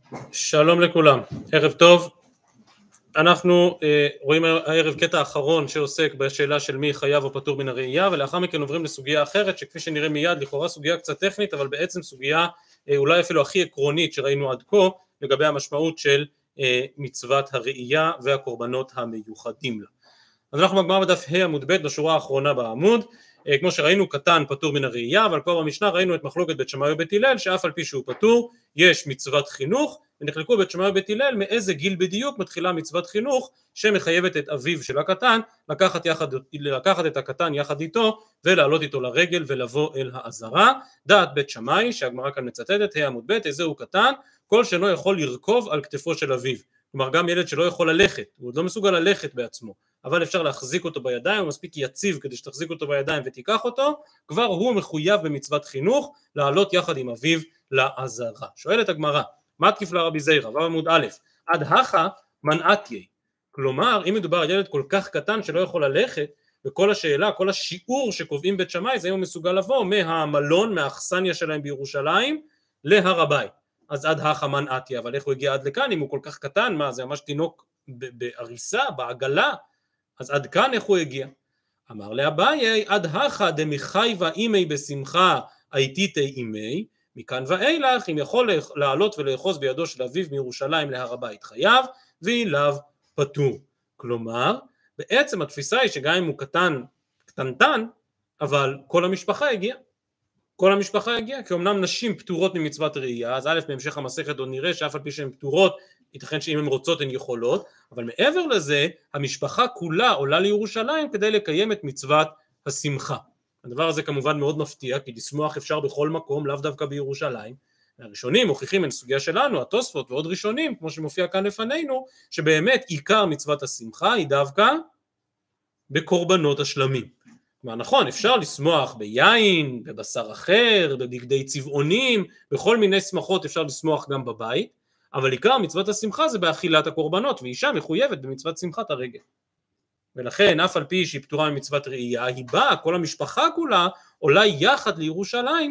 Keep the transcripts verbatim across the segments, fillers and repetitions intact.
שלום לכולם, ערב טוב. אנחנו אה, רואים הערב קטע אחרון שעוסק בשאלה של מי חייב או פטור מן הראייה, ולאחר מכן עוברים לסוגיה אחרת שכפי שנראה מיד לכאורה סוגיה קצת טכנית, אבל בעצם סוגיה אה, אולי אפילו הכי עקרונית שראינו עד כה לגבי המשמעות של אה, מצוות הראייה והקורבנות המיוחדים לה. אז אנחנו בגמרא בדף ה' עמוד ב' בשורה האחרונה בעמוד. אה, כמו שראינו קטן פטור מן הראייה, אבל כבר במשנה ראינו את מחלוקת בית שמאי ובית הלל שאף על פי שהוא פטור יש מצוות חינוך, ונחלקו בית שמאי ובית הלל מאיזה גיל בדיוק מתחילה מצוות חינוך שמחייבת את אביו של הקטן לקחת, יחד, לקחת את הקטן יחד איתו ולעלות איתו לרגל ולבוא אל העזרה. דעת בית שמאי שהגמרא כאן מצטטת ה' עמוד ב', איזהו קטן? כל שאינו יכול לרכוב על כתפו של אביו. כלומר גם ילד שלא יכול ללכת, הוא עוד לא מסוגל ללכת בעצמו, אבל אפשר להחזיק אותו בידיים, הוא מספיק יציב כדי שתחזיק אותו בידיים ותיקח אותו, כבר הוא מחויב במצוות חינוך לעלות יחד עם אביו לעזרה. שואלת הגמרא, מה תקיף לרבי זיירא? ועמוד א', עד הכא מנעתיה. כלומר אם מדובר על ילד כל כך קטן שלא יכול ללכת, וכל השאלה, כל השיעור שקובעים בית שמאי זה אם הוא מסוגל לבוא מהמלון, מהאכסניה שלהם בירושלים להר הבית, אז עד הכא מנעתיה. אבל איך הוא הגיע עד לכאן אם הוא כל כך קטן? מה זה ממש תינוק בעריסה, בעגלה? אז עד כאן איך הוא הגיע? אמר לאביי, עד הכא דמחייבא אימי בשמחה הייתיתי אימי, מכאן ואילך אם יכול לעלות ולאחוז בידו של אביו מירושלים להר הבית חייב, ואילאו פטור. כלומר בעצם התפיסה היא שגם אם הוא קטן, קטנטן, אבל כל המשפחה הגיעה. כל המשפחה הגיעה, כי אמנם נשים פטורות ממצוות ראייה, אז א' בהמשך המסכת עוד נראה שאף על פי שהן פטורות, ייתכן שאם הן רוצות הן יכולות, אבל מעבר לזה המשפחה כולה עולה לירושלים כדי לקיים את מצוות השמחה. הדבר הזה כמובן מאוד מפתיע, כי לשמוח אפשר בכל מקום, לאו דווקא בירושלים. הראשונים מוכיחים את הסוגיה שלנו, התוספות ועוד ראשונים, כמו שמופיע כאן לפנינו, שבאמת עיקר מצוות השמחה היא דווקא בקורבנות השלמים. כלומר נכון, אפשר לשמוח ביין, בבשר אחר, בבגדי צבעונים, בכל מיני שמחות אפשר לשמוח גם בבית, אבל עיקר מצוות השמחה זה באכילת הקורבנות, ואישה מחויבת במצוות שמחת הרגל. ולכן אף על פי שהיא פטורה ממצוות ראייה, היא באה, כל המשפחה כולה עולה יחד לירושלים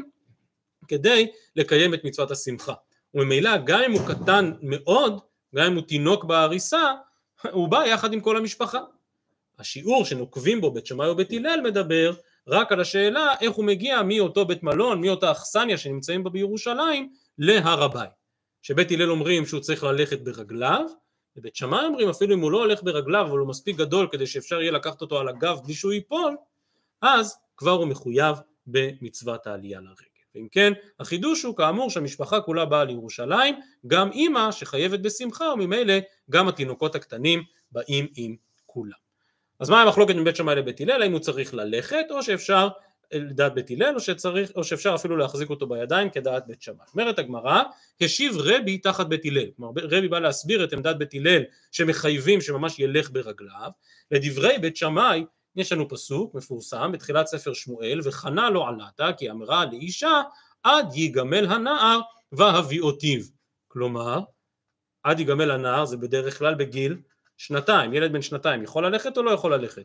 כדי לקיים את מצוות השמחה. וממילא גם אם הוא קטן מאוד, גם אם הוא תינוק בעריסה, הוא בא יחד עם כל המשפחה. השיעור שנוקבים בו בית שמאי ובית הלל מדבר רק על השאלה איך הוא מגיע מאותו בית מלון, מאותה אכסניה שנמצאים בה בירושלים להר הבית. שבית הלל אומרים שהוא צריך ללכת ברגליו, ובית שמאי אומרים אפילו אם הוא לא הולך ברגליו אבל הוא מספיק גדול כדי שאפשר יהיה לקחת אותו על הגב בלי שהוא ייפול, אז כבר הוא מחויב במצוות העלייה לרגל. ואם כן החידוש הוא כאמור שהמשפחה כולה באה לירושלים, גם אמא שחייבת בשמחה, וממילא גם התינוקות הקטנים באים עם כולם. אז מה המחלוקת מבית שמאי לבית הלל? האם הוא צריך ללכת או שאפשר לדעת בית הלל, או שצריך, או שאפשר אפילו להחזיק אותו בידיים כדעת בית שמאי? אומרת הגמרא, השיב רבי תחת בית הלל. כלומר רבי בא להסביר את עמדת בית הלל שמחייבים שממש ילך ברגליו. לדברי בית שמאי יש לנו פסוק מפורסם בתחילת ספר שמואל, וחנה לא עלתה כי אמרה לאישה עד יגמל הנער והביאותיו. כלומר עד יגמל הנער זה בדרך כלל בגיל שנתיים. ילד בן שנתיים יכול ללכת או לא יכול ללכת?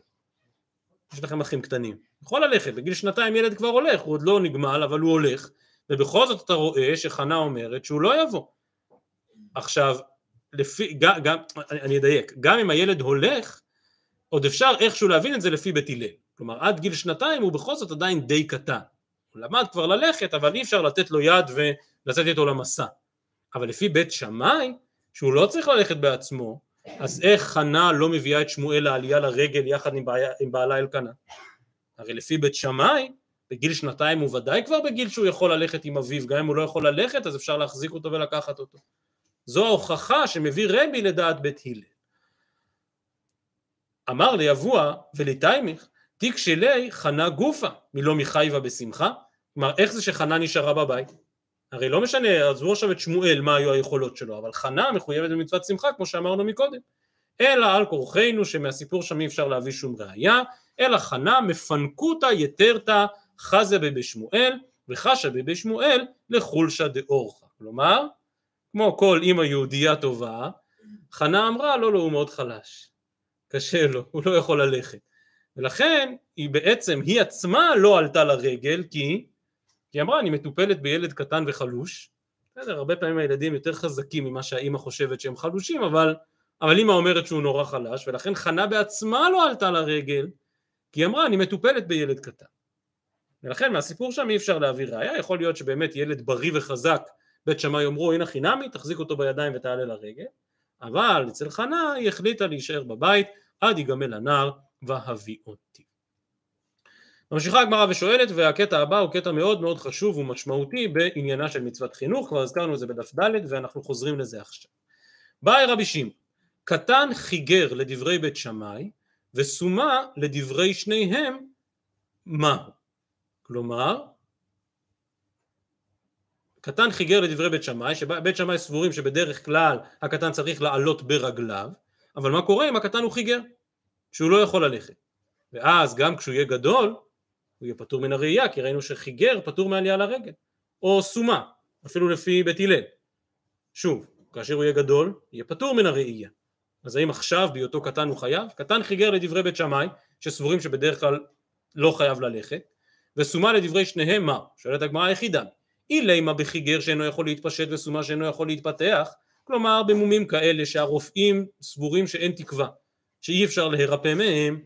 יש לכם אחים קטנים, יכול ללכת, בגיל שנתיים ילד כבר הולך, הוא עוד לא נגמל אבל הוא הולך, ובכל זאת אתה רואה שחנה אומרת שהוא לא יבוא. עכשיו לפי, גם, גם, אני אדייק, גם אם הילד הולך עוד אפשר איכשהו להבין את זה לפי בית הלל. כלומר עד גיל שנתיים הוא בכל זאת עדיין די קטן, הוא למד כבר ללכת אבל אי אפשר לתת לו יד ולצאת איתו למסע. אבל לפי בית שמאי שהוא לא צריך ללכת בעצמו, אז איך חנה לא מביאה את שמואל לעלייה לרגל יחד עם, בעיה, עם בעלה אלקנה? הרי לפי בית שמאי בגיל שנתיים הוא ודאי כבר בגיל שהוא יכול ללכת עם אביו, גם אם הוא לא יכול ללכת אז אפשר להחזיק אותו ולקחת אותו. זו ההוכחה שמביא רבי לדעת בית הלל. אמר ליבוא ולתיימך תיק שלי חנה גופה מלא מחייבה בשמחה. כלומר איך זה שחנה נשארה בבית? הרי לא משנה, עזבו עכשיו את שמואל מה היו היכולות שלו, אבל חנה מחויבת במצוות שמחה כמו שאמרנו מקודם. אלא על כורחנו שמהסיפור שם אי אפשר להביא שום ראיה, אלא חנה מפנקותא יתרתא חזה בבשמואל וחשה בבשמואל לחולשא דאורחא. כלומר כמו כל אמא יהודייה טובה, חנה אמרה לא לא הוא מאוד חלש, קשה לו, הוא לא יכול ללכת, ולכן היא בעצם היא עצמה לא עלתה לרגל כי כי אמרה אני מטופלת בילד קטן וחלוש, בסדר, הרבה פעמים הילדים יותר חזקים ממה שהאימא חושבת שהם חלושים, אבל, אבל אימא אומרת שהוא נורא חלש, ולכן חנה בעצמה לא עלתה לרגל, כי היא אמרה, אני מטופלת בילד קטן. ולכן מהסיפור שם אי אפשר להביא ראיה, יכול להיות שבאמת ילד בריא וחזק, בית שמאי יאמרו, הנה חינמי, תחזיק אותו בידיים ותעלה לרגל, אבל אצל חנה היא החליטה להישאר בבית, עד יגמל הנער והביא אותי. ממשיכה הגמרא ושואלת, והקטע הבא הוא קטע מאוד מאוד חשוב ומשמעותי בעניינה של מצוות חינוך, כבר הזכרנו את זה בדף ד' ואנחנו חוזרים לזה עכשיו. באי רבי שמעון, קטן חיגר לדברי בית שמאי, וסומה לדברי שניהם, מה? כלומר, קטן חיגר לדברי בית שמאי, שבית שמאי סבורים שבדרך כלל הקטן צריך לעלות ברגליו, אבל מה קורה אם הקטן הוא חיגר? שהוא לא יכול ללכת. ואז גם כשהוא יהיה גדול, הוא יהיה פטור מן הראייה, כי ראינו שחיגר פטור מעלייה לרגל. או סומה, אפילו לפי בית הלל. שוב, כאשר הוא יהיה גדול, יהיה פטור מן הראייה. אז האם עכשיו בהיותו קטן הוא חייב? קטן חיגר לדברי בית שמאי, שסבורים שבדרך כלל לא חייב ללכת, וסומה לדברי שניהם מה? שואלת הגמרא היחידה. אילימה בחיגר שאינו יכול להתפשט וסומה שאינו יכול להתפתח, כלומר במומים כאלה שהרופאים סבורים שאין תקווה, שאי אפשר להירפא מהם,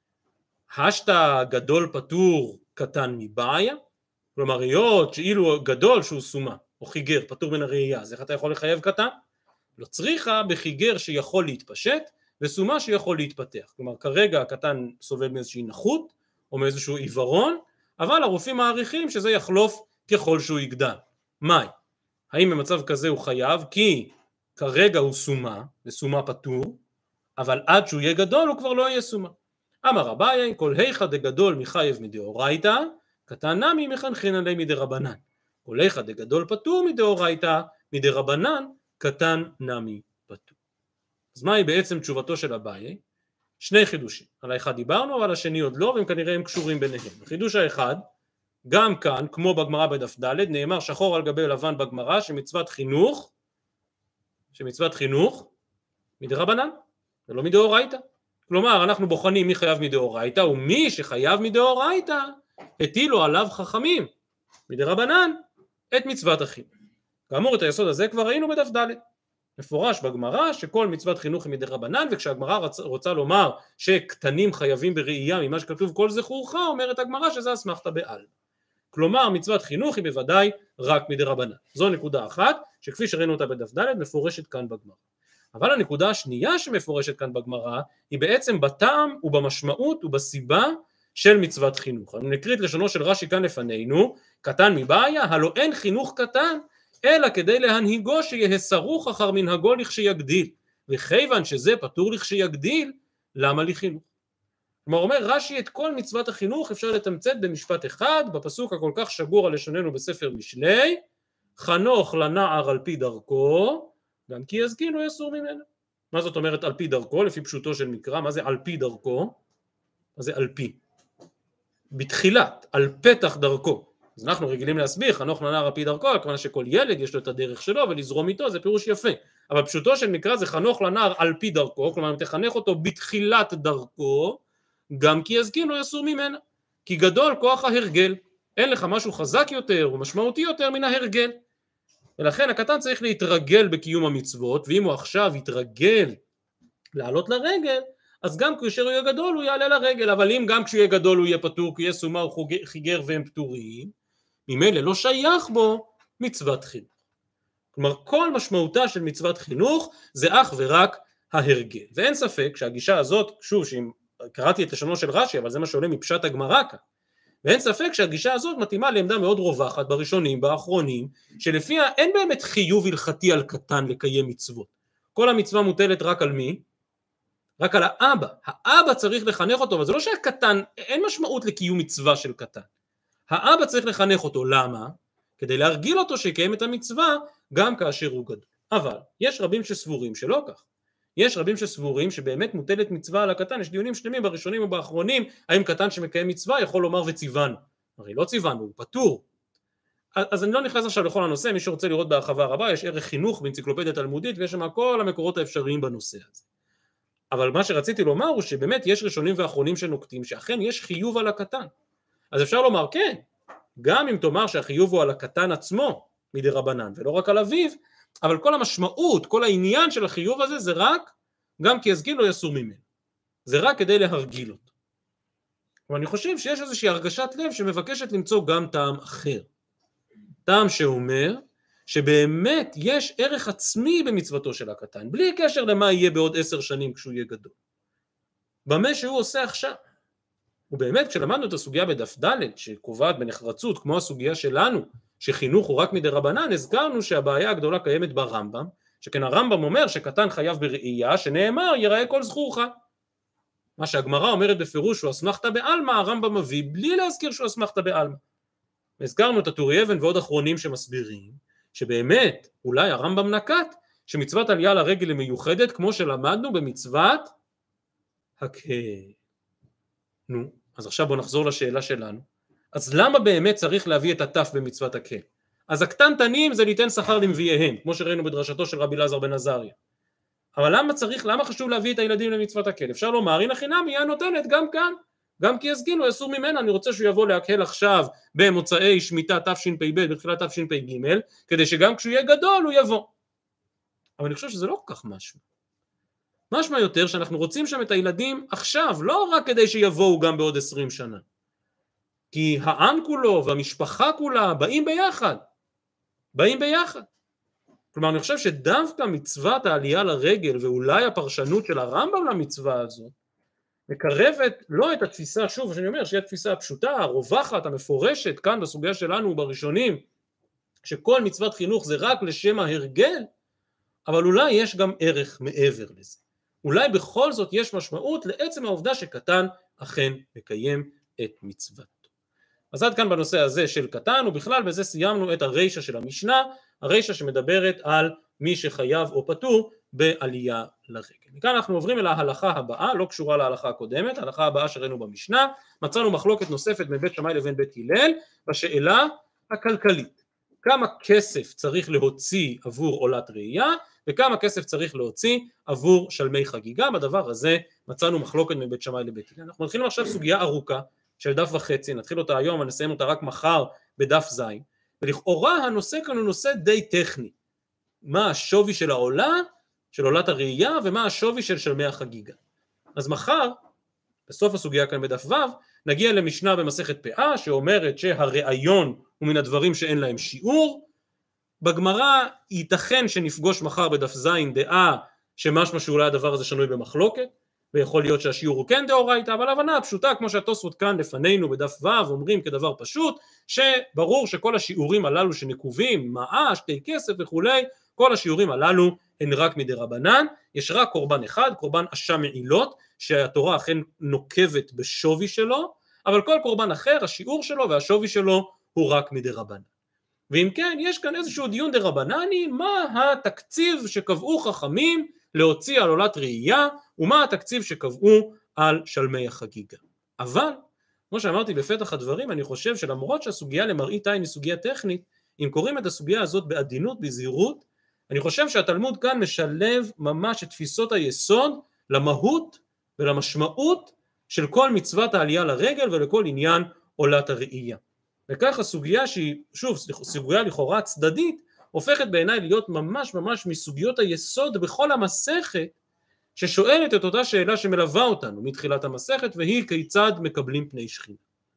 השתה גדול פטור קטן מבעיה, כלומר היות שאילו גדול שהוא סומה או חיגר פטור מן הראייה, אז איך אתה יכול לחייב קטן? לא צריכה בחיגר שיכול להתפשט וסומה שיכול להתפתח, כלומר כרגע הקטן סובל מאיזושהי נכות או מאיזשהו עיוורון, אבל הרופאים מעריכים שזה יחלוף ככל שהוא יגדל. מהי? האם במצב כזה הוא חייב? כי כרגע הוא סומה, וסומה פטור, אבל עד שהוא יהיה גדול הוא כבר לא יהיה סומה. אמר אביי, כל היכא דגדול מחייב מדאורייתא, קטן נמי מחנכין עלי מדרבנן. כל היכא דגדול פטור מדאורייתא, מדרבנן קטן נמי פטור. אז מהי בעצם תשובתו של אביי? שני חידושים. על האחד דיברנו, אבל השני עוד לא, והם כנראה הם קשורים ביניהם. החידוש האחד, גם כאן, כמו בגמרא בדף ד', נאמר שחור על גבי לבן בגמרא, שמצוות חינוך, שמצוות חינוך, מדרבנן, ולא מדאורייתא. כלומר, אנחנו בוחנים מי חייב מדאורייתא, ומי שחייב מדאורייתא, הטילו עליו חכמים, מדרבנן, את מצוות החינוך. כאמור, את היסוד הזה כבר ראינו בדף ד'. מפורש בגמרא שכל מצוות חינוך היא מדרבנן, וכשהגמרא רוצה לומר שקטנים חייבים בראייה ממה שכתוב כל זכורך, אומרת הגמרא שזה אסמכתא בעלמא. כלומר מצוות חינוך היא בוודאי רק מדרבנן. זו נקודה אחת שכפי שראינו אותה בדף ד' מפורשת כאן בגמרא. אבל הנקודה השנייה שמפורשת כאן בגמרא היא בעצם בטעם ובמשמעות ובסיבה של מצוות חינוך. אני נקריא את לשונו של רש"י כאן לפנינו, קטן מבעיה, הלא אין חינוך קטן אלא כדי להנהיגו שיהיה סרוך אחר מנהגו לכשיגדיל, וכיוון שזה פטור לכשיגדיל, למה לי חינוך? כלומר אומר רש"י את כל מצוות החינוך אפשר לתמצת במשפט אחד, בפסוק הכל כך שגור על לשוננו בספר משלי, חנוך לנער על פי דרכו, גם כי יזקין לא יסור ממנו. מה זאת אומרת על פי דרכו? לפי פשוטו של מקרא, מה זה על פי דרכו? מה זה על פי? בתחילת, על פתח דרכו. אז אנחנו רגילים להסביר, חנוך לנער על פי דרכו, כמובן שכל ילד יש לו את הדרך שלו ולזרום איתו, זה פירוש יפה. אבל פשוטו של מקרא זה חנוך לנער על פי דרכו, כלומר אם תחנך אותו בתחילת דרכו, גם כי יזקין לא יסור ממנה. כי גדול כוח ההרגל, אין לך משהו חזק יותר ומשמעותי יותר מן ההרגל. ולכן הקטן צריך להתרגל בקיום המצוות, ואם הוא עכשיו יתרגל לעלות לרגל, אז גם כאשר הוא יהיה גדול הוא יעלה לרגל, אבל אם גם כשהוא יהיה גדול הוא יהיה פטור, כי יהיה סומה הוא חיגר והם פטורים, ממילא לא שייך בו מצוות חינוך. כלומר כל משמעותה של מצוות חינוך זה אך ורק ההרגל. ואין ספק שהגישה הזאת, שוב שאם קראתי את לשונו של רש"י, אבל זה מה שעולה מפשט הגמרא כאן, ואין ספק שהגישה הזאת מתאימה לעמדה מאוד רווחת בראשונים, באחרונים, שלפיה אין באמת חיוב הלכתי על קטן לקיים מצוות. כל המצווה מוטלת רק על מי? רק על האבא. האבא צריך לחנך אותו, אבל זה לא שהקטן, אין משמעות לקיום מצווה של קטן. האבא צריך לחנך אותו, למה? כדי להרגיל אותו שיקיים את המצווה גם כאשר הוא גדול. אבל יש רבים שסבורים שלא כך. יש רבים שסבורים שבאמת מוטלת מצווה על הקטן, יש דיונים שלמים בראשונים ובאחרונים, האם קטן שמקיים מצווה יכול לומר וציוונו. הרי לא ציוונו, הוא פטור. אז אני לא נכנס עכשיו לכל הנושא, מי שרוצה לראות בהרחבה רבה, יש ערך חינוך באנציקלופדיה תלמודית, ויש שם כל המקורות האפשריים בנושא הזה. אבל מה שרציתי לומר הוא שבאמת יש ראשונים ואחרונים שנוקטים, שאכן יש חיוב על הקטן. אז אפשר לומר כן, גם אם תאמר שהחיוב הוא על הקטן עצמו, מדי רבנן, ולא רק על אביו, אבל כל המשמעות, כל העניין של החיוב הזה זה רק, גם כי יסגיל לא יסור ממנו, זה רק כדי להרגיל אותו. ואני חושב שיש איזושהי הרגשת לב שמבקשת למצוא גם טעם אחר, טעם שאומר שבאמת יש ערך עצמי במצוותו של הקטן, בלי קשר למה יהיה בעוד עשר שנים כשהוא יהיה גדול, במה שהוא עושה עכשיו. ובאמת כשלמדנו את הסוגיה בדף ד' שקובעת בנחרצות כמו הסוגיה שלנו שחינוך הוא רק מדי רבנן, הזכרנו שהבעיה הגדולה קיימת ברמב"ם, שכן הרמב"ם אומר שקטן חייב בראייה שנאמר יראה כל זכורך, מה שהגמרא אומרת בפירוש שהוא אסמכתא בעלמא, הרמב"ם מביא בלי להזכיר שהוא אסמכתא בעלמא. הזכרנו את הטורי אבן ועוד אחרונים שמסבירים שבאמת אולי הרמב"ם נקט שמצוות עלייה לרגל היא מיוחדת כמו שלמדנו במצוות הקהל. נו, אז עכשיו בוא נחזור לשאלה שלנו. אז למה באמת צריך להביא את התף במצוות הקהל? אז הקטנטנים זה ליתן שכר למביאיהם, כמו שראינו בדרשתו של רבי אלעזר בן עזריה. אבל למה צריך, למה חשוב להביא את הילדים למצוות הקהל? אפשר לומר, הנה חינם היא הנותנת גם כאן, גם כי יסגילו יסור ממנה, אני רוצה שהוא יבוא להקהל עכשיו במוצאי שמיטה תשפ"ב, בתחילת תשפ"ג, כדי שגם כשהוא יהיה גדול הוא יבוא. אבל אני חושב שזה לא כל כך משהו. משמע יותר שאנחנו רוצים שם את הילדים עכשיו, לא רק כדי שיבואו גם בעוד עשרים שנה. כי העם כולו והמשפחה כולה באים ביחד. באים ביחד. כלומר אני חושב שדווקא מצוות העלייה לרגל ואולי הפרשנות של הרמב"ם למצווה הזו מקרבת לא את התפיסה, שוב שאני אומר שהיא התפיסה הפשוטה, הרווחת, המפורשת כאן בסוגיה שלנו בראשונים, שכל מצוות חינוך זה רק לשם ההרגל, אבל אולי יש גם ערך מעבר לזה. אולי בכל זאת יש משמעות לעצם העובדה שקטן אכן מקיים את מצוותו. אז עד כאן בנושא הזה של קטן, ובכלל בזה סיימנו את הרישה של המשנה, הרישה שמדברת על מי שחייב או פטור בעלייה לרגל. מכאן אנחנו עוברים אל ההלכה הבאה, לא קשורה להלכה הקודמת, ההלכה הבאה שראינו במשנה, מצאנו מחלוקת נוספת מבית שמאי לבין בית הלל, בשאלה הכלכלית. כמה כסף צריך להוציא עבור עולת ראייה, וכמה כסף צריך להוציא עבור שלמי חגיגה. בדבר הזה מצאנו מחלוקת מבית שמאי לבית הלל. אנחנו מתחילים עכשיו סוגיה ארוכה של דף וחצי, נתחיל אותה היום ונסיים אותה רק מחר בדף זין, ולכאורה הנושא כאן הוא נושא די טכני, מה השווי של העולה, של עולת הראייה, ומה השווי של שלמי החגיגה. אז מחר, בסוף הסוגיה כאן בדף ו', נגיע למשנה במסכת פאה, שאומרת שהראיון הוא מן הדברים שאין להם שיעור. בגמרא ייתכן שנפגוש מחר בדף זין דעה שמשמע שאולי הדבר הזה שנוי במחלוקת, ויכול להיות שהשיעור הוא כן דאורייתא, אבל ההבנה הפשוטה כמו שהתוספות כאן לפנינו בדף ו' אומרים כדבר פשוט, שברור שכל השיעורים הללו שנקובים, מעה, שתי כסף וכולי, כל השיעורים הללו הן רק מדי רבנן. יש רק קורבן אחד, קורבן אשם מעילות, שהתורה אכן נוקבת בשווי שלו, אבל כל קורבן אחר השיעור שלו והשווי שלו הוא רק מדי רבנן. ואם כן יש כאן איזשהו דיון דה רבנני, מה התקציב שקבעו חכמים להוציא על עולת ראייה, ומה התקציב שקבעו על שלמי החגיגה. אבל כמו שאמרתי בפתח הדברים, אני חושב שלמרות שהסוגיה למראית עין היא סוגיה טכנית, אם קוראים את הסוגיה הזאת בעדינות, בזהירות, אני חושב שהתלמוד כאן משלב ממש את תפיסות היסוד למהות ולמשמעות של כל מצוות העלייה לרגל ולכל עניין עולת הראייה. וכך הסוגיה שהיא, שוב, סוגיה לכאורה צדדית, הופכת בעיניי להיות ממש ממש מסוגיות היסוד בכל המסכת, ששואלת את אותה שאלה שמלווה אותנו מתחילת המסכת, והיא כיצד מקבלים פני שכינה,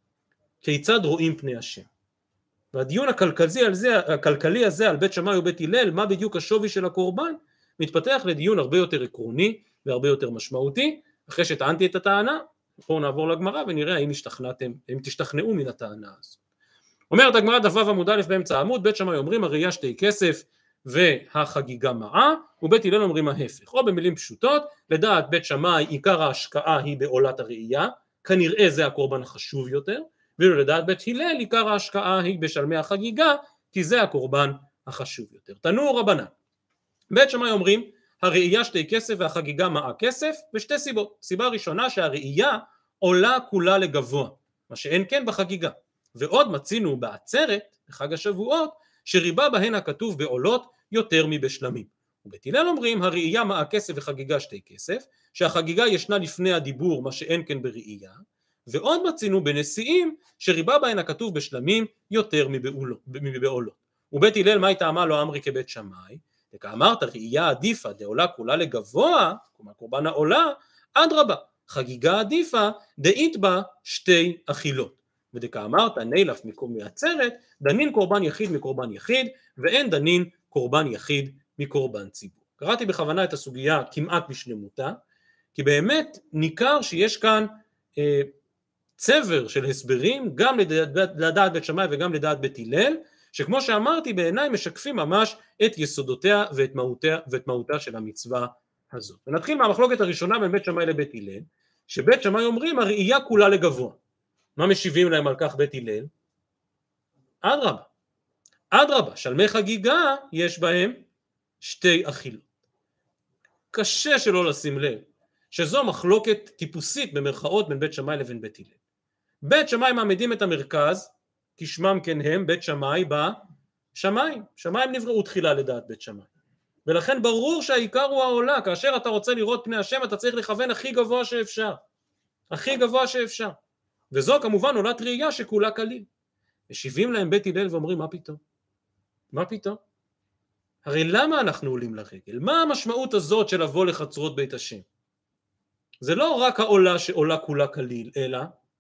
כיצד רואים פני השם. והדיון הכלכלי, על זה, הכלכלי הזה על בית שמאי ובית הלל, מה בדיוק השווי של הקורבן, מתפתח לדיון הרבה יותר עקרוני והרבה יותר משמעותי. אחרי שטענתי את הטענה, בואו נעבור לגמרא ונראה האם השתכנעתם, אם תשתכנעו מן הטענה הזו. אומרת הגמרא דף ו' עמוד א' באמצע העמוד, בית שמאי אומרים הראייה שתי כסף והחגיגה מעה, ובית הלל אומרים ההפך. או במילים פשוטות, לדעת בית שמאי עיקר ההשקעה היא בעולת הראייה, כנראה זה הקורבן החשוב יותר, ואילו לדעת בית הלל עיקר ההשקעה היא בשלמי החגיגה, כי זה הקורבן החשוב יותר. תנו רבנן. בית שמאי אומרים הראייה שתי כסף והחגיגה מעה כסף, ושתי סיבות. סיבה ראשונה שהראייה עולה כולה לגבוה, מה שאין כן בחגיגה. ועוד מצינו בעצרת, בחג השבועות, שריבה בהן הכתוב בעולות יותר מבשלמים. ובית הלל אומרים הראייה מעה כסף וחגיגה שתי כסף, שהחגיגה ישנה לפני הדיבור, מה שאין כן בראייה. ועוד מצינו בנשיאים שריבה בהן הכתוב בשלמים יותר מבעולות. ובית הלל מה טעמה לא אמרי כבית שמאי, וכאמרת ראייה עדיפה דעולה כולה לגבוה, כלומר קורבן העולה, אדרבה, חגיגה עדיפה דאית בה שתי אכילות. ודכאמרת נילף מעצרת, דנין קורבן יחיד מקורבן יחיד, ואין דנין קורבן יחיד מקורבן ציבור. קראתי בכוונה את הסוגיה כמעט בשלמותה, כי באמת ניכר שיש כאן אה, צבר של הסברים, גם לדעת, לדעת בית שמאי וגם לדעת בית הלל, שכמו שאמרתי בעיניי משקפים ממש את יסודותיה ואת מהותיה, ואת מהותה של המצווה הזאת. ונתחיל מהמחלוקת הראשונה בין בית שמאי לבית הלל, שבית שמאי אומרים הראייה כולה לגבוה. מה משיבים להם על כך בית הלל? אדרבה, אדרבה, שלמי חגיגה יש בהם שתי אכילות. קשה שלא לשים לב שזו מחלוקת טיפוסית במרכאות בין בית שמאי לבין בית הלל. בית שמאי מעמידים את המרכז, כשמם כן הם, בית שמאי בשמיים. שמיים נבראו תחילה לדעת בית שמאי. ולכן ברור שהעיקר הוא העולה, כאשר אתה רוצה לראות פני השם אתה צריך לכוון הכי גבוה שאפשר. הכי גבוה שאפשר. וזו כמובן עולת ראייה שכולה כליל. משיבים להם בית הלל ואומרים מה פתאום? מה פתאום? הרי למה אנחנו עולים לרגל? מה המשמעות הזאת של לבוא לחצרות בית השם? זה לא רק העולה שעולה כולה כליל, אלא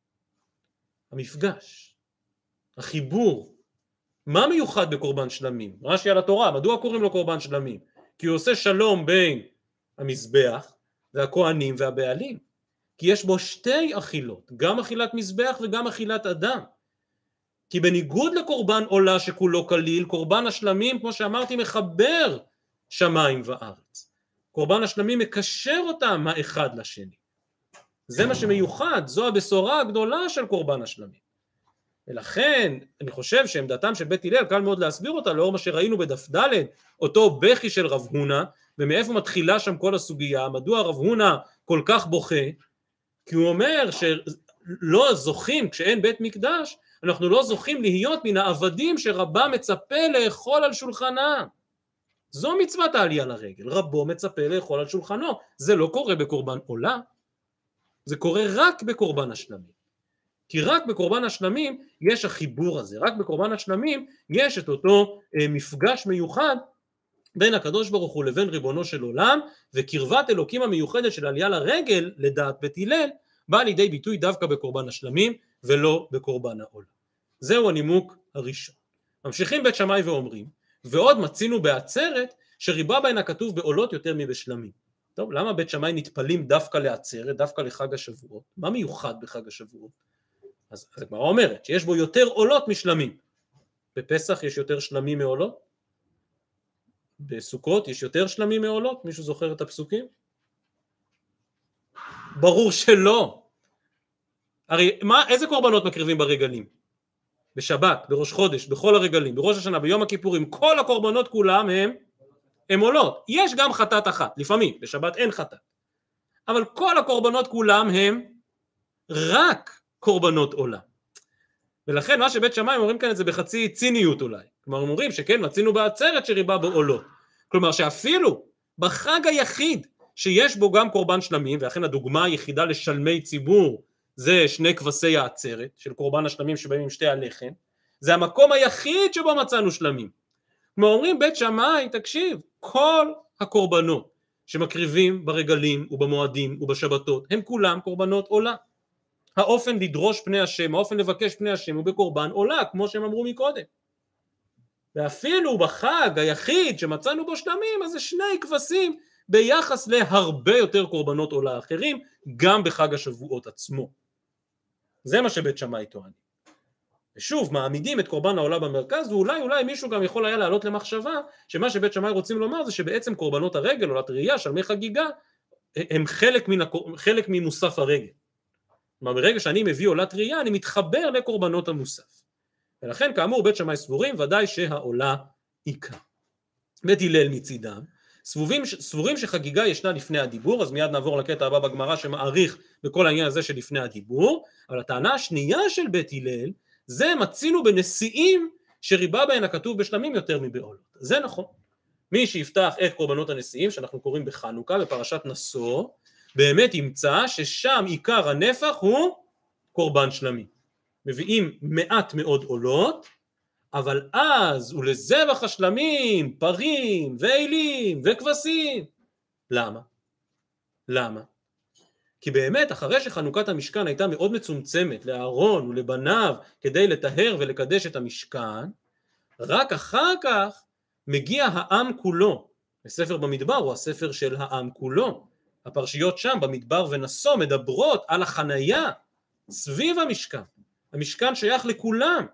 המפגש, החיבור. מה מיוחד בקורבן שלמים? רש"י על התורה, מדוע קוראים לו קורבן שלמים? כי הוא עושה שלום בין המזבח והכהנים והבעלים. כי יש בו שתי אכילות, גם אכילת מזבח וגם אכילת אדם. כי בניגוד לקורבן עולה שכולו כליל, קורבן השלמים, כמו שאמרתי, מחבר שמיים וארץ. קורבן השלמים מקשר אותם האחד לשני. זה מה שמיוחד, זו הבשורה הגדולה של קורבן השלמים. ולכן אני חושב שעמדתם של בית הלל קל מאוד להסביר אותה, לאור מה שראינו בדף ד', אותו בכי של רב הונא, ומאיפה מתחילה שם כל הסוגיה, מדוע רב הונא כל כך בוכה, כי הוא אומר שלא זוכים, כשאין בית מקדש, אנחנו לא זוכים להיות מן העבדים שרבה מצפה לאכול על שולחנם. זו מצוות העלייה לרגל, רבו מצפה לאכול על שולחנו, זה לא קורה בקורבן עולה, זה קורה רק בקורבן השלמים. כי רק בקורבן השלמים יש החיבור הזה, רק בקורבן השלמים יש את אותו אה, מפגש מיוחד בין הקדוש ברוך הוא לבין ריבונו של עולם, וקרבת אלוקים המיוחדת של עלייה לרגל לדעת בית הלל, באה לידי ביטוי דווקא בקורבן השלמים ולא בקורבן העולה. זהו הנימוק הראשון. ממשיכים בית שמאי ואומרים, ועוד מצינו בעצרת שריבה בהן הכתוב בעולות יותר מבשלמים. טוב, למה בית שמאי נטפלים דווקא לעצרת, דווקא לחג השבועות? מה מיוחד בחג השבועות? אז הגמרא אומרת שיש בו יותר עולות משלמים. בפסח יש יותר שלמים מעולות? בסוכות יש יותר שלמים מעולות? מישהו זוכר את הפסוקים? ברור שלא. הרי מה, איזה קורבנות מקריבים ברגלים? בשבת, בראש חודש, בכל הרגלים, בראש השנה, ביום הכיפורים, כל הקורבנות כולם הם, הם עולות. יש גם חטאת אחת, לפעמים, בשבת אין חטאת. אבל כל הקורבנות כולם הם רק קורבנות עולה. ולכן מה שבית שמאי אומרים כאן את זה בחצי ציניות אולי. כלומר הם אומרים שכן מצינו בעצרת שריבה בו עולות. כלומר שאפילו בחג היחיד שיש בו גם קורבן שלמים, ואכן הדוגמה היחידה לשלמי ציבור זה שני כבשי העצרת של קורבן השלמים שבאים עם שתי הלחם, זה המקום היחיד שבו מצאנו שלמים. כמו אומרים בית שמאי, תקשיב, כל הקורבנות שמקריבים ברגלים ובמועדים ובשבתות הם כולם קורבנות עולה. האופן לדרוש פני השם, האופן לבקש פני השם הוא בקורבן עולה, כמו שהם אמרו מקודם. ואפילו בחג היחיד שמצאנו בו שלמים, אז זה שני כבשים ביחס להרבה יותר קורבנות עולה אחרים, גם בחג השבועות עצמו. זה מה שבית שמאי טוענים. ושוב, מעמידים את קורבן העולה במרכז, ואולי אולי מישהו גם יכול היה לעלות למחשבה, שמה שבית שמאי רוצים לומר זה שבעצם קורבנות הרגל, עולת ראייה, שלמי חגיגה, הם חלק, מן, חלק ממוסף הרגל. כלומר, ברגע שאני מביא עולת ראייה, אני מתחבר לקורבנות המוסף. ולכן, כאמור, בית שמאי סבורים, ודאי שהעולה עיקר. בית הלל מצידם, סבורים, סבורים שחגיגה ישנה לפני הדיבור, אז מיד נעבור לקטע הבא בגמרא שמעריך בכל העניין הזה של לפני הדיבור, אבל הטענה השנייה של בית הלל, זה מצינו בנשיאים שריבה בהן הכתוב בשלמים יותר מבעולות. זה נכון. מי שיפתח את קורבנות הנשיאים, שאנחנו קוראים בחנוכה, בפרשת נשוא, באמת ימצא ששם עיקר הנפח הוא קורבן שלמים. מביאים מעט מאוד עולות, אבל אז ולזבח השלמים, פרים ואילים וכבשים. למה? למה? כי באמת אחרי שחנוכת המשכן הייתה מאוד מצומצמת לאהרון ולבניו כדי לטהר ולקדש את המשכן, רק אחר כך מגיע העם כולו. הספר במדבר הוא הספר של העם כולו. הפרשיות שם במדבר ונשוא מדברות על החנייה סביב המשכן. המשכן שייך לכולם.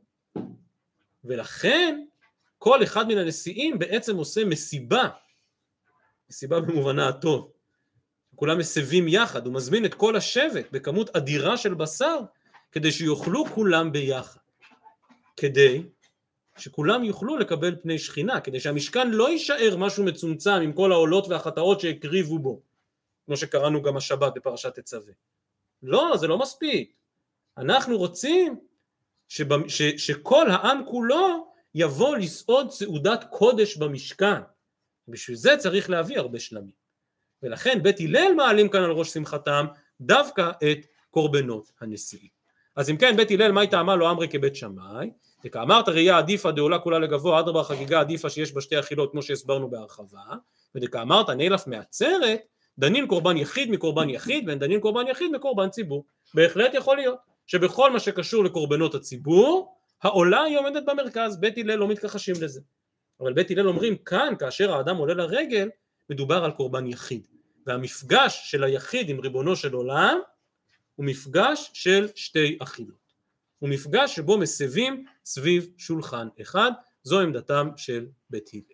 ולכן כל אחד מן הנשיאים בעצם עושה מסיבה. מסיבה במובנה הטוב. כולם מסבים יחד, הוא מזמין את כל השבט בכמות אדירה של בשר, כדי שיוכלו כולם ביחד. כדי שכולם יוכלו לקבל פני שכינה, כדי שהמשכן לא יישאר משהו מצומצם עם כל העולות והחטאות שהקריבו בו, כמו שקראנו גם השבת בפרשת תצווה. לא, זה לא מספיק. אנחנו רוצים שבמ... ש... שכל העם כולו יבוא לסעוד סעודת קודש במשכן. בשביל זה צריך להביא הרבה שלמים. ולכן בית הלל מעלים כאן על ראש שמחתם דווקא את קורבנות הנשיאים. אז אם כן בית הלל מה טעמה לא אמרי כבית שמאי? דקאמרת ראייה עדיפה דעולה כולה לגבוה, אדרבה חגיגה עדיפה שיש בה שתי אכילות כמו שהסברנו בהרחבה, ודקאמרת נאלף מעצרת, דנין קורבן יחיד מקורבן יחיד, ואין דנין קורבן יחיד מקורבן ציבור. בהחלט יכול להיות שבכל מה שקשור לקורבנות הציבור, העולה היא עומדת במרכז, בית הלל לא מתכחשים לזה. אבל בית הלל אומרים כאן כאשר האדם עולה לרגל, מדובר על קורבן יחיד, והמפגש של היחיד עם ריבונו של עולם הוא מפגש של שתי אכילות, הוא מפגש שבו מסבים סביב שולחן אחד. זו עמדתם של בית הלל.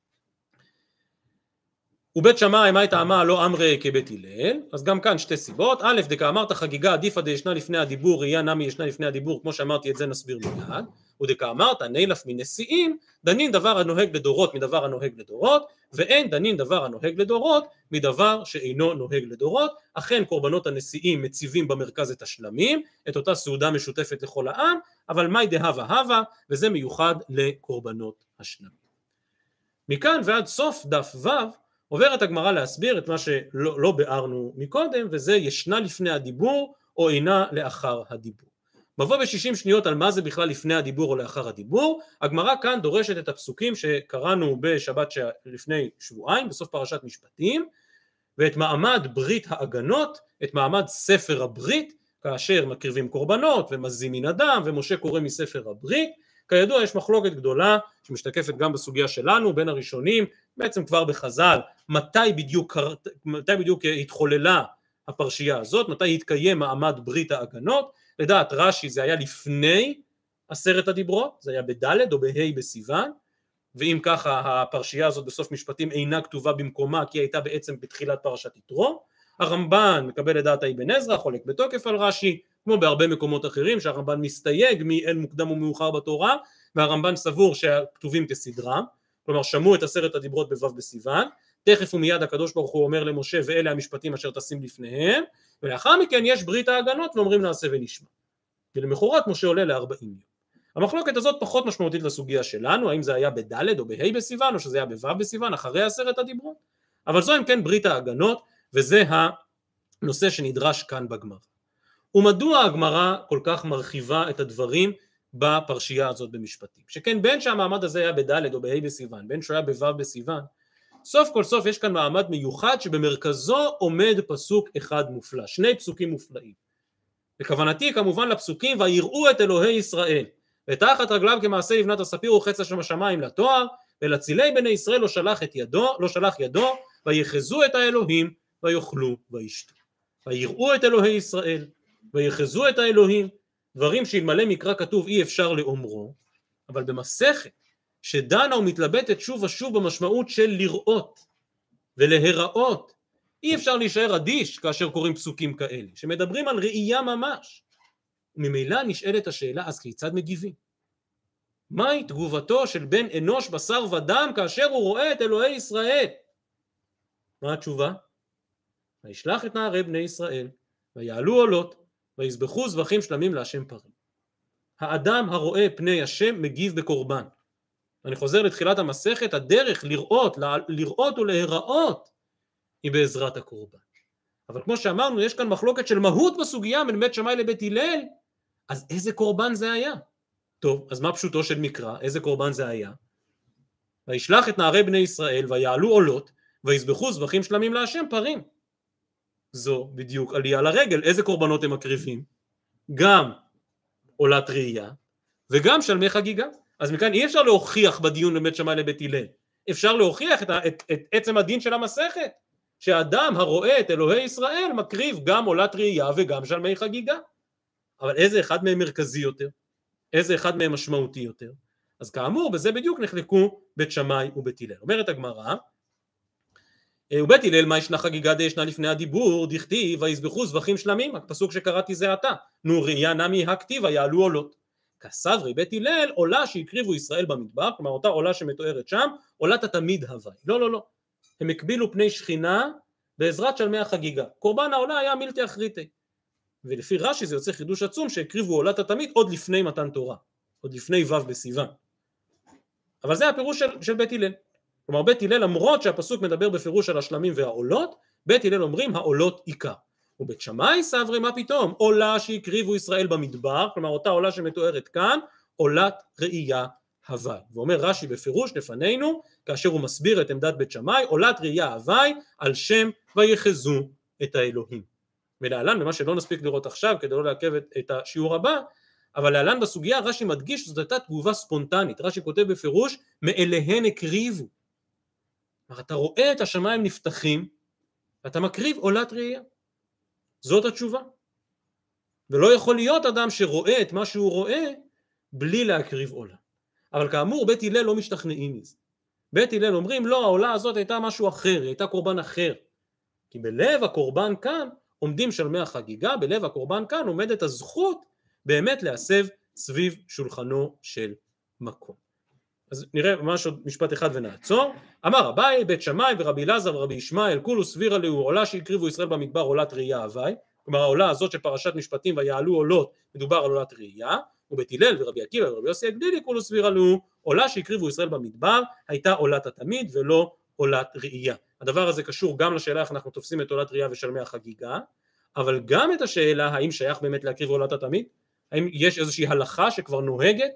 ובית שמאי מה טעמה לא אמרי כבית הלל? אז גם כאן שתי סיבות. א', דקאמרת חגיגה עדיפה דשנה לפני הדיבור, ראייה נמי ישנה לפני הדיבור, כמו שאמרתי את זה נסביר מיד. ודקאמרת נאלף מנשיאים, דנין דבר הנוהג לדורות מדבר הנוהג לדורות, ואין דנין דבר הנוהג לדורות מדבר שאינו נוהג לדורות. אכן קורבנות הנשיאים מציבים במרכז את השלמים, את אותה סעודה משותפת לכל העם, אבל מאי דהבה הווה, וזה מיוחד לקורבנות השלמים. מכאן ועד סוף דף ו' עוברת הגמרא להסביר את מה שלא לא ביארנו מקודם, וזה ישנה לפני הדיבור או אינה לאחר הדיבור. מבוא בשישים שניות על מה זה בכלל לפני הדיבור או לאחר הדיבור. הגמרא כאן דורשת את הפסוקים שקראנו בשבת לפני שבועיים בסוף פרשת משפטים, ואת מעמד ברית ההגנות, את מעמד ספר הברית, כאשר מקריבים קורבנות ומזים מן הדם ומשה קורא מספר הברית. כידוע יש מחלוקת גדולה שמשתקפת גם בסוגיה שלנו בין הראשונים, בעצם כבר בחז"ל, מתי בדיוק, מתי בדיוק התחוללה הפרשייה הזאת, מתי התקיים מעמד ברית ההגנות. לדעת רש"י זה היה לפני עשרת הדיברות, זה היה בד' או בה' בסיוון, ואם ככה הפרשייה הזאת בסוף משפטים אינה כתובה במקומה כי היא הייתה בעצם בתחילת פרשת יתרו. הרמב"ן מקבל לדעת אבן עזרא, חולק בתוקף על רש"י, כמו בהרבה מקומות אחרים שהרמב"ן מסתייג מאין מוקדם ומאוחר בתורה, והרמב"ן סבור שהכתובים כסדרם, כלומר שמעו את עשרת הדיברות בו' בסיוון, תכף ומיד הקדוש ברוך הוא אומר למשה ואלה המשפטים אשר תשים לפניהם, ולאחר מכן יש ברית ההגנות ואומרים נעשה ונשמע, ולמחרת משה עולה לארבעים יום. המחלוקת הזאת פחות משמעותית לסוגיה שלנו, האם זה היה בד' או בה' בסיוון או שזה היה בו' בסיוון אחרי עשרת הדיברות, אבל זו אם כן ברית ההגנות, וזה הנושא שנדרש כאן בגמרא. ומדוע הגמרא כל כך מרחיבה את הדברים בפרשייה הזאת במשפטים? שכן בין שהמעמד הזה היה בד' או בה' בסיוון, בין שהוא היה בו' בסיוון, סוף כל סוף יש כאן מעמד מיוחד שבמרכזו עומד פסוק אחד מופלא, שני פסוקים מופלאים. וכוונתי כמובן לפסוקים ויראו את אלוהי ישראל ותחת רגליו כמעשה לבנת הספיר וחץ השמיים לתואר, ולצילי בני ישראל לא שלח את ידו, לא שלח ידו, ויחזו את האלוהים ויאכלו וישתו. ויראו את אלוהי ישראל ויחזו את האלוהים, דברים שאלמלא מקרא כתוב אי אפשר לאומרו, אבל במסכת שדנה ומתלבטת שוב ושוב במשמעות של לראות ולהיראות, אי אפשר להישאר אדיש כאשר קוראים פסוקים כאלה שמדברים על ראייה ממש. וממילא נשאלת השאלה, אז כיצד מגיבים? מהי תגובתו של בן אנוש בשר ודם כאשר הוא רואה את אלוהי ישראל? מה התשובה? וישלח את נערי בני ישראל ויעלו עולות ויזבחו זבחים שלמים להשם פרים. האדם הרואה פני השם מגיב בקורבן. אני חוזר לתחילת המסכת, הדרך לראות, לראות ולהיראות היא בעזרת הקורבן. אבל כמו שאמרנו, יש כאן מחלוקת של מהות בסוגיה בין בית שמאי לבית הלל, אז איזה קורבן זה היה? טוב, אז מה פשוטו של מקרא? איזה קורבן זה היה? וישלח את נערי בני ישראל ויעלו עולות ויזבחו זבחים שלמים להשם פרים. זו בדיוק עלייה לרגל. איזה קורבנות הם מקריבים? גם עולת ראייה וגם שלמי חגיגה. אז מכאן אי אפשר להוכיח בדיון לבית שמאי לבית הלל, אפשר להוכיח את, את, את עצם הדין של המסכת, שאדם הרואה את אלוהי ישראל מקריב גם עולת ראייה וגם שלמי חגיגה. אבל איזה אחד מהם מרכזי יותר? איזה אחד מהם משמעותי יותר? אז כאמור בזה בדיוק נחלקו בית שמאי ובית הלל. אומרת הגמרא, ובית הלל מה ישנה חגיגה דישנה לפני הדיבור, דכתיב ויזבחו זבחים שלמים, הפסוק שקראתי זה עתה, נו ראייה נמי הכתיבה יעלו עולות. כסברי בית הלל עולה שהקריבו ישראל במדבר, כלומר אותה עולה שמתוארת שם, עולת התמיד הווי. לא לא לא, הם הקבילו פני שכינה בעזרת שלמי החגיגה. קורבן העולה היה מילתא אחריתי, ולפי רש"י זה יוצא חידוש עצום שהקריבו עולת התמיד עוד לפני מתן תורה, עוד לפני ו' בסיוון. אבל זה הפירוש של, של בית הלל. כלומר בית הלל למרות שהפסוק מדבר בפירוש על השלמים והעולות, בית הלל אומרים העולות עיקר. ובית שמאי סברי מה פתאום? עולה שהקריבו ישראל במדבר, כלומר אותה עולה שמתוארת כאן, עולת ראייה הווי. ואומר רש"י בפירוש לפנינו, כאשר הוא מסביר את עמדת בית שמאי, עולת ראייה הווי על שם ויחזו את האלוהים. ולהלן במה שלא נספיק לראות עכשיו כדי לא לעכב את השיעור הבא, אבל להלן בסוגיה רש"י מדגיש שזאת הייתה תגובה ספונטנית. רש"י כותב בפירוש מאליהן הקריבו. כלומר אתה רואה את השמיים נפתחים ואתה מקריב עולת ראייה, זאת התשובה. ולא יכול להיות אדם שרואה את מה שהוא רואה בלי להקריב עולה. אבל כאמור בית הלל לא משתכנעים מזה. בית הלל אומרים לא, העולה הזאת הייתה משהו אחר, היא הייתה קורבן אחר, כי בלב הקורבן כאן עומדים שלמי החגיגה, בלב הקורבן כאן עומדת הזכות באמת להסב סביב שולחנו של מקום. אז נראה ממש עוד משפט אחד ונעצור. אמר אביי בית שמאי ורבי אלעזר ורבי ישמעאל כולו סבירה להו עולה שהקריבו ישראל במדבר עולת ראייה הווי, כלומר העולה הזאת של פרשת משפטים ויעלו עולות מדובר על עולת ראייה, ובית הלל ורבי עקיבא ורבי יוסי הגלילי כולו סבירה להו עולה שהקריבו ישראל במדבר הייתה עולת התמיד ולא עולת ראייה. הדבר הזה קשור גם לשאלה איך אנחנו תופסים את עולת ראייה ושלמי החגיגה, אבל גם את השאלה האם שייך באמת להקריב עולת התמיד, האם יש איזושהי הלכה שכבר נוהגת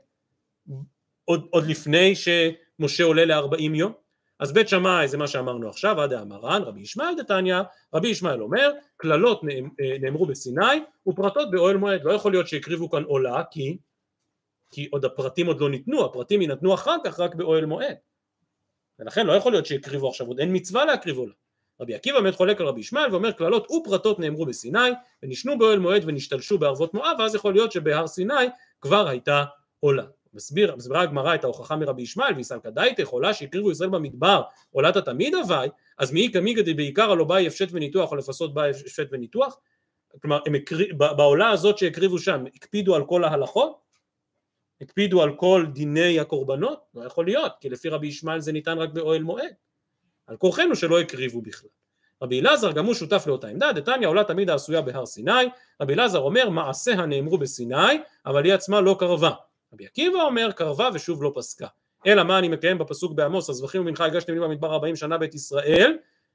עוד, עוד לפני שמשה עולה לארבעים יום. אז בית שמאי זה מה שאמרנו עכשיו, עד האמרן, רבי ישמעאל דתניא, רבי ישמעאל אומר, כללות נאמרו בסיני ופרטות באוהל מועד. לא יכול להיות שהקריבו כאן עולה, כי, כי עוד הפרטים עוד לא ניתנו, הפרטים ינתנו אחר כך רק באוהל מועד. ולכן לא יכול להיות שהקריבו עכשיו, עוד אין מצווה להקריב עולה. רבי עקיבא באמת חולק על רבי ישמעאל ואומר כללות ופרטות נאמרו בסיני ונשנו באוהל מועד ונשתלשו בערבות מואב, ואז יכול להיות שבהר סיני כבר הייתה עולה. מסביר, מסבירה הגמרא את ההוכחה מרבי ישמעאל, ויסלקא דייתך עולה שהקריבו ישראל במדבר עולת התמיד הווי, אז מי כמיגא דבעיקר הלא באי הפשט וניתוח או לפסות באי הפשט וניתוח. כלומר הם הקריב, בעולה הזאת שהקריבו שם הקפידו על כל ההלכות, הקפידו על כל דיני הקורבנות. לא יכול להיות, כי לפי רבי ישמעאל זה ניתן רק באוהל מועד, על כורחנו שלא הקריבו בכלל. רבי אלעזר גם הוא שותף לאותה עמדה, דתניא עולה תמיד העשויה בהר סיני. רבי אלעזר אומר מעשיה נאמרו בסיני אבל היא עצמה לא קרבה. רבי עקיבא אומר קרבה ושוב לא פסקה. אלא מה אני מקיים בפסוק בעמוס, הזבחים ומנחה הגשתם לי במדבר ארבעים שנה בית ישראל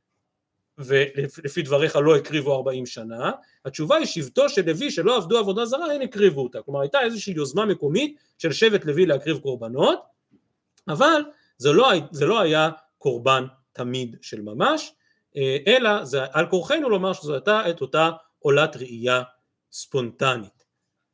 ולפי דבריך לא הקריבו ארבעים שנה. התשובה היא שבטו של לוי שלא עבדו עבודה זרה הן הקריבו אותה. כלומר הייתה איזושהי יוזמה מקומית של שבט לוי להקריב קורבנות, אבל זה לא, זה לא היה קורבן תמיד של ממש, אלא זה על כורחנו לומר שזו הייתה את אותה עולת ראייה ספונטנית.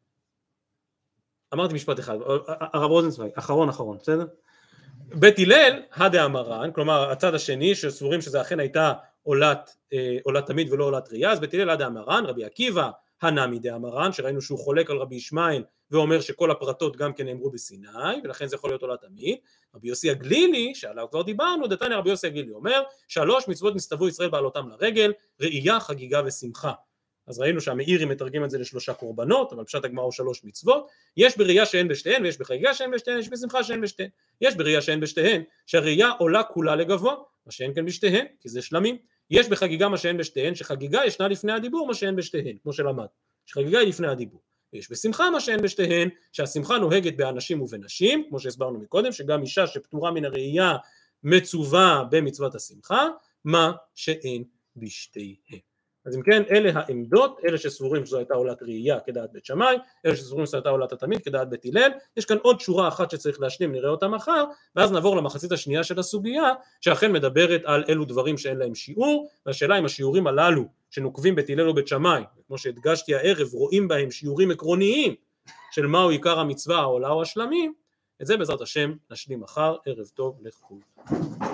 אמרתי משפט אחד, הרב רוזנצוויג, אחרון אחרון, בסדר? בית הלל, הדאמרן, כלומר הצד השני שסבורים שזה אכן הייתה עולת, עולת תמיד ולא עולת ראייה, אז בית הלל הדאמרן, רבי עקיבא הנמי דאמרן, שראינו שהוא חולק על רבי ישמעאל ואומר שכל הפרטות גם כן נאמרו בסיני ולכן זה יכול להיות עולת תמיד. רבי יוסי הגלילי שעליו כבר דיברנו, דתניא רבי יוסי הגלילי אומר שלוש מצוות נסתוו ישראל בעלותם לרגל, ראייה, חגיגה ושמחה. אז ראינו שהמאירי מתרגם את זה לשלושה קורבנות, אבל פשט הגמרא הוא שלוש מצוות. יש בראייה שאין בשתיהן ויש בחגיגה שאין בשתיהן, יש בשמחה שאין בשתיהן. יש בראייה שאין בשתיהן שהראייה עולה כולה לגבוה, מה שאין כאן בשתיהן כי זה שלמים. יש בחגיגה מה שאין בשתיהן, שחגיגה ישנה לפני הדיבור מה שאין בשתיהן, כמו שלמד, שחגיגה היא לפני הדיבור. ויש בשמחה מה שאין בשתיהן, שהשמחה נוהגת באנשים ובנשים, כמו שהסברנו מקודם, שגם אישה שפטורה מן הראייה מצווה במצוות השמחה, מה שאין בשתיהן. אז אם כן, אלה העמדות, אלה שסבורים שזו הייתה עולת ראייה כדעת בית שמאי, אלה שסבורים שזו הייתה עולת התמיד כדעת בית הלל. יש כאן עוד שורה אחת שצריך להשלים, נראה אותה מחר, ואז נעבור למחצית השנייה של הסוגיה, שאכן מדברת על אילו דברים שאין להם שיעור, והשאלה אם השיעורים הללו שנוקבים בית הלל או בית שמאי, כמו שהדגשתי הערב, רואים בהם שיעורים עקרוניים של מהו עיקר המצווה, העולה או השלמים. את זה בעזרת השם נשלים מחר. ערב טוב לכולם.